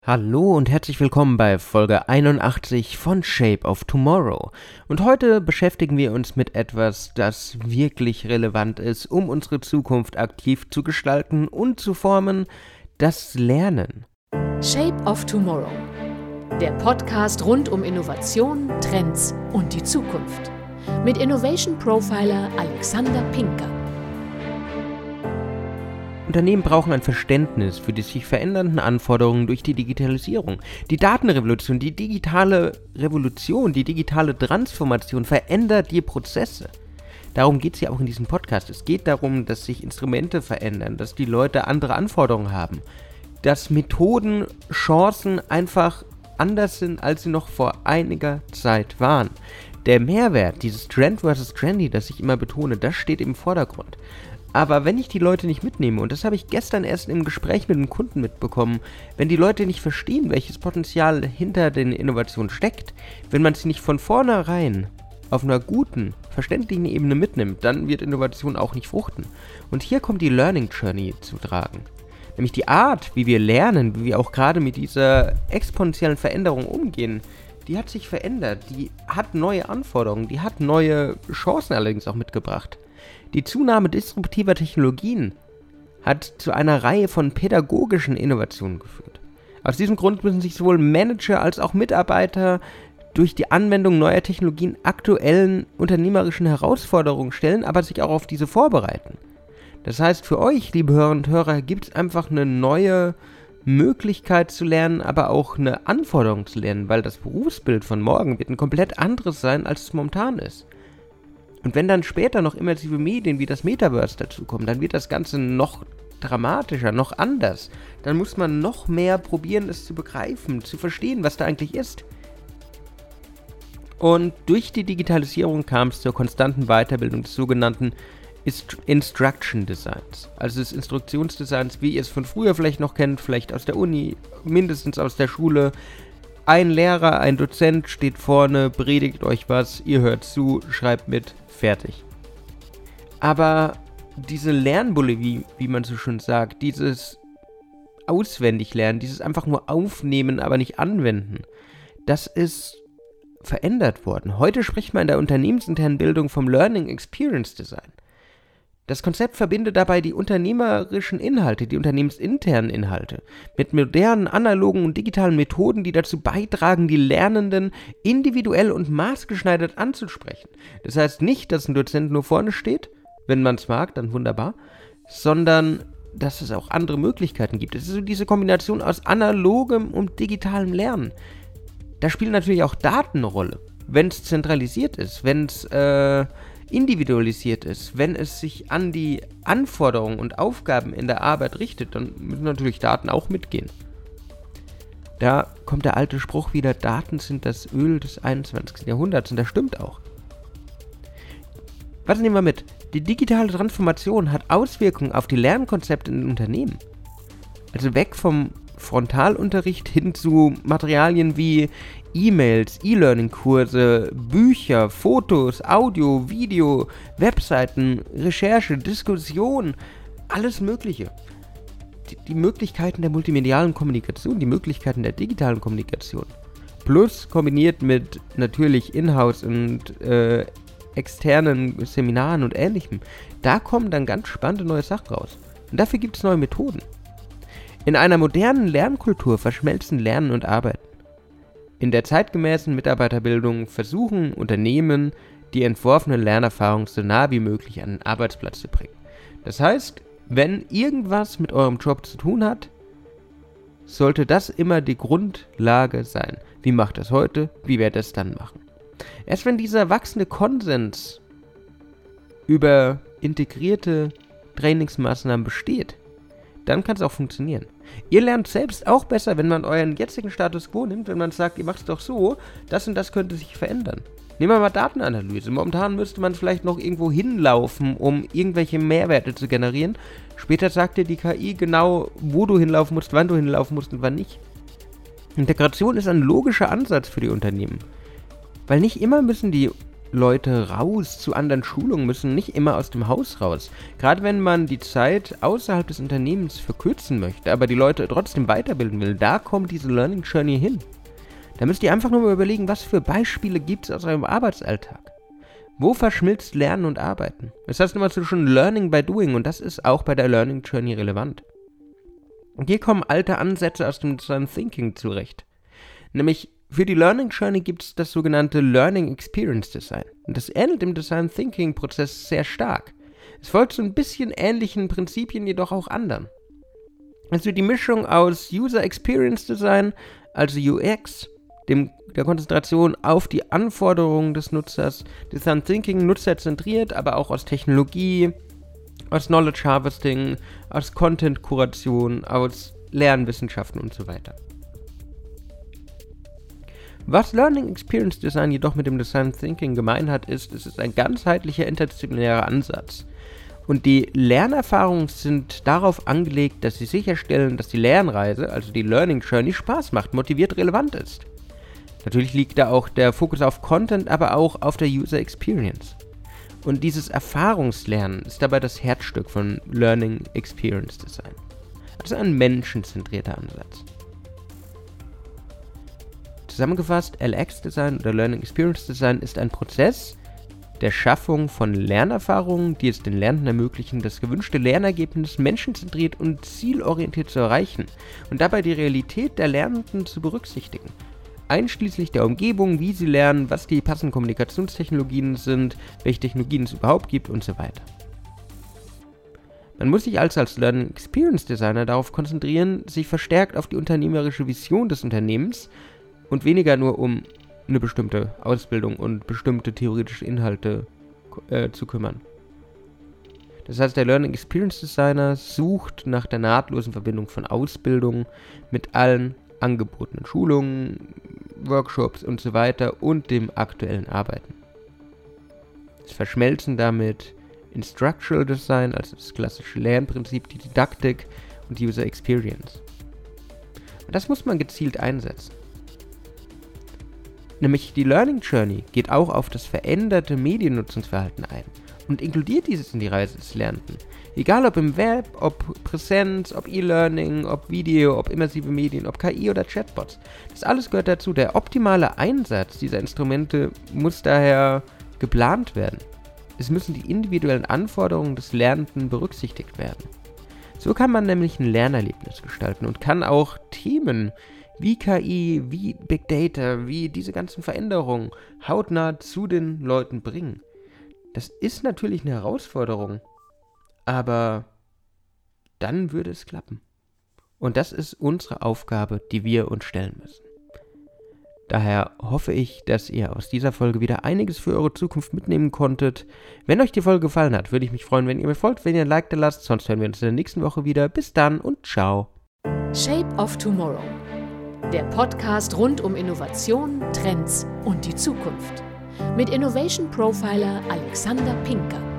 Hallo und herzlich willkommen bei Folge 81 von Shape of Tomorrow. Und heute beschäftigen wir uns mit etwas, das wirklich relevant ist, um unsere Zukunft aktiv zu gestalten und zu formen: das Lernen. Shape of Tomorrow, der Podcast rund um Innovation, Trends und die Zukunft. Mit Innovation Profiler Alexander Pinker. Unternehmen brauchen ein Verständnis für die sich verändernden Anforderungen durch die Digitalisierung. Die Datenrevolution, die digitale Revolution, die digitale Transformation verändert die Prozesse. Darum geht es ja auch in diesem Podcast. Es geht darum, dass sich Instrumente verändern, dass die Leute andere Anforderungen haben, dass Methoden, Chancen einfach anders sind, als sie noch vor einiger Zeit waren. Der Mehrwert, dieses Trend versus Trendy, das ich immer betone, das steht im Vordergrund. Aber wenn ich die Leute nicht mitnehme, und das habe ich gestern erst im Gespräch mit einem Kunden mitbekommen, wenn die Leute nicht verstehen, welches Potenzial hinter den Innovationen steckt, wenn man sie nicht von vornherein auf einer guten, verständlichen Ebene mitnimmt, dann wird Innovation auch nicht fruchten. Und hier kommt die Learning Journey zu tragen. Nämlich die Art, wie wir lernen, wie wir auch gerade mit dieser exponentiellen Veränderung umgehen, die hat sich verändert, die hat neue Anforderungen, die hat neue Chancen allerdings auch mitgebracht. Die Zunahme disruptiver Technologien hat zu einer Reihe von pädagogischen Innovationen geführt. Aus diesem Grund müssen sich sowohl Manager als auch Mitarbeiter durch die Anwendung neuer Technologien aktuellen unternehmerischen Herausforderungen stellen, aber sich auch auf diese vorbereiten. Das heißt, für euch, liebe Hörerinnen und Hörer, gibt es einfach eine neue Möglichkeit zu lernen, aber auch eine Anforderung zu lernen, weil das Berufsbild von morgen wird ein komplett anderes sein, als es momentan ist. Und wenn dann später noch immersive Medien wie das Metaverse dazukommen, dann wird das Ganze noch dramatischer, noch anders. Dann muss man noch mehr probieren, es zu begreifen, zu verstehen, was da eigentlich ist. Und durch die Digitalisierung kam es zur konstanten Weiterbildung des sogenannten Instruction Designs. Also des Instruktionsdesigns, wie ihr es von früher vielleicht noch kennt, vielleicht aus der Uni, mindestens aus der Schule. Ein Lehrer, ein Dozent steht vorne, predigt euch was, ihr hört zu, schreibt mit, fertig. Aber diese Lernbulimie, wie man so schön sagt, dieses Auswendiglernen, dieses einfach nur aufnehmen, aber nicht anwenden, das ist verändert worden. Heute spricht man in der unternehmensinternen Bildung vom Learning Experience Design. Das Konzept verbindet dabei die unternehmerischen Inhalte, die unternehmensinternen Inhalte, mit modernen, analogen und digitalen Methoden, die dazu beitragen, die Lernenden individuell und maßgeschneidert anzusprechen. Das heißt nicht, dass ein Dozent nur vorne steht, wenn man es mag, dann wunderbar, sondern dass es auch andere Möglichkeiten gibt. Es ist so diese Kombination aus analogem und digitalem Lernen. Da spielen natürlich auch Daten eine Rolle. Wenn es zentralisiert ist, wenn es individualisiert ist, wenn es sich an die Anforderungen und Aufgaben in der Arbeit richtet, dann müssen natürlich Daten auch mitgehen. Da kommt der alte Spruch wieder, Daten sind das Öl des 21. Jahrhunderts, und das stimmt auch. Was nehmen wir mit? Die digitale Transformation hat Auswirkungen auf die Lernkonzepte in den Unternehmen. Also weg vom Frontalunterricht hin zu Materialien wie E-Mails, E-Learning-Kurse, Bücher, Fotos, Audio, Video, Webseiten, Recherche, Diskussion, alles Mögliche. Die Möglichkeiten der multimedialen Kommunikation, die Möglichkeiten der digitalen Kommunikation. Plus kombiniert mit natürlich Inhouse und externen Seminaren und Ähnlichem. Da kommen dann ganz spannende neue Sachen raus. Und dafür gibt es neue Methoden. In einer modernen Lernkultur verschmelzen Lernen und Arbeiten. In der zeitgemäßen Mitarbeiterbildung versuchen Unternehmen, die entworfene Lernerfahrung so nah wie möglich an den Arbeitsplatz zu bringen. Das heißt, wenn irgendwas mit eurem Job zu tun hat, sollte das immer die Grundlage sein. Wie macht das heute? Wie werdet ihr es dann machen? Erst wenn dieser wachsende Konsens über integrierte Trainingsmaßnahmen besteht, dann kann es auch funktionieren. Ihr lernt selbst auch besser, wenn man euren jetzigen Status quo nimmt, wenn man sagt, ihr macht es doch so, das und das könnte sich verändern. Nehmen wir mal Datenanalyse. Momentan müsste man vielleicht noch irgendwo hinlaufen, um irgendwelche Mehrwerte zu generieren. Später sagt dir die KI genau, wo du hinlaufen musst, wann du hinlaufen musst und wann nicht. Integration ist ein logischer Ansatz für die Unternehmen. Weil nicht immer müssen die Leute raus zu anderen Schulungen müssen, nicht immer aus dem Haus raus. Gerade wenn man die Zeit außerhalb des Unternehmens verkürzen möchte, aber die Leute trotzdem weiterbilden will, da kommt diese Learning Journey hin. Da müsst ihr einfach nur mal überlegen, was für Beispiele gibt es aus eurem Arbeitsalltag. Wo verschmilzt Lernen und Arbeiten? Das heißt immer so schon Learning by Doing und das ist auch bei der Learning Journey relevant. Und hier kommen alte Ansätze aus dem Design Thinking zurecht. Nämlich für die Learning Journey gibt es das sogenannte Learning Experience Design. Und das ähnelt dem Design Thinking Prozess sehr stark. Es folgt so ein bisschen ähnlichen Prinzipien, jedoch auch anderen. Also die Mischung aus User Experience Design, also UX, der Konzentration auf die Anforderungen des Nutzers, Design Thinking nutzerzentriert, aber auch aus Technologie, aus Knowledge Harvesting, aus Content-Kuration, aus Lernwissenschaften und so weiter. Was Learning Experience Design jedoch mit dem Design Thinking gemein hat, ist, es ist ein ganzheitlicher interdisziplinärer Ansatz. Und die Lernerfahrungen sind darauf angelegt, dass sie sicherstellen, dass die Lernreise, also die Learning Journey, Spaß macht, motiviert, relevant ist. Natürlich liegt da auch der Fokus auf Content, aber auch auf der User Experience. Und dieses Erfahrungslernen ist dabei das Herzstück von Learning Experience Design. Das ist ein menschenzentrierter Ansatz. Zusammengefasst, LX-Design oder Learning Experience Design ist ein Prozess der Schaffung von Lernerfahrungen, die es den Lernenden ermöglichen, das gewünschte Lernergebnis menschenzentriert und zielorientiert zu erreichen und dabei die Realität der Lernenden zu berücksichtigen. Einschließlich der Umgebung, wie sie lernen, was die passenden Kommunikationstechnologien sind, welche Technologien es überhaupt gibt und so weiter. Man muss sich also als Learning Experience Designer darauf konzentrieren, sich verstärkt auf die unternehmerische Vision des Unternehmens und weniger nur um eine bestimmte Ausbildung und bestimmte theoretische Inhalte zu kümmern. Das heißt, der Learning Experience Designer sucht nach der nahtlosen Verbindung von Ausbildung mit allen angebotenen Schulungen, Workshops und so weiter und dem aktuellen Arbeiten. Es verschmelzen damit Instructional Design, also das klassische Lernprinzip, die Didaktik und die User Experience. Und das muss man gezielt einsetzen. Nämlich die Learning Journey geht auch auf das veränderte Mediennutzungsverhalten ein und inkludiert dieses in die Reise des Lernenden. Egal ob im Web, ob Präsenz, ob E-Learning, ob Video, ob immersive Medien, ob KI oder Chatbots. Das alles gehört dazu. Der optimale Einsatz dieser Instrumente muss daher geplant werden. Es müssen die individuellen Anforderungen des Lernenden berücksichtigt werden. So kann man nämlich ein Lernerlebnis gestalten und kann auch Themen wie KI, wie Big Data, wie diese ganzen Veränderungen hautnah zu den Leuten bringen. Das ist natürlich eine Herausforderung, aber dann würde es klappen. Und das ist unsere Aufgabe, die wir uns stellen müssen. Daher hoffe ich, dass ihr aus dieser Folge wieder einiges für eure Zukunft mitnehmen konntet. Wenn euch die Folge gefallen hat, würde ich mich freuen, wenn ihr mir folgt, wenn ihr ein Like da lasst. Sonst hören wir uns in der nächsten Woche wieder. Bis dann und ciao. Shape of Tomorrow. Der Podcast rund um Innovation, Trends und die Zukunft. Mit Innovation Profiler Alexander Pinker.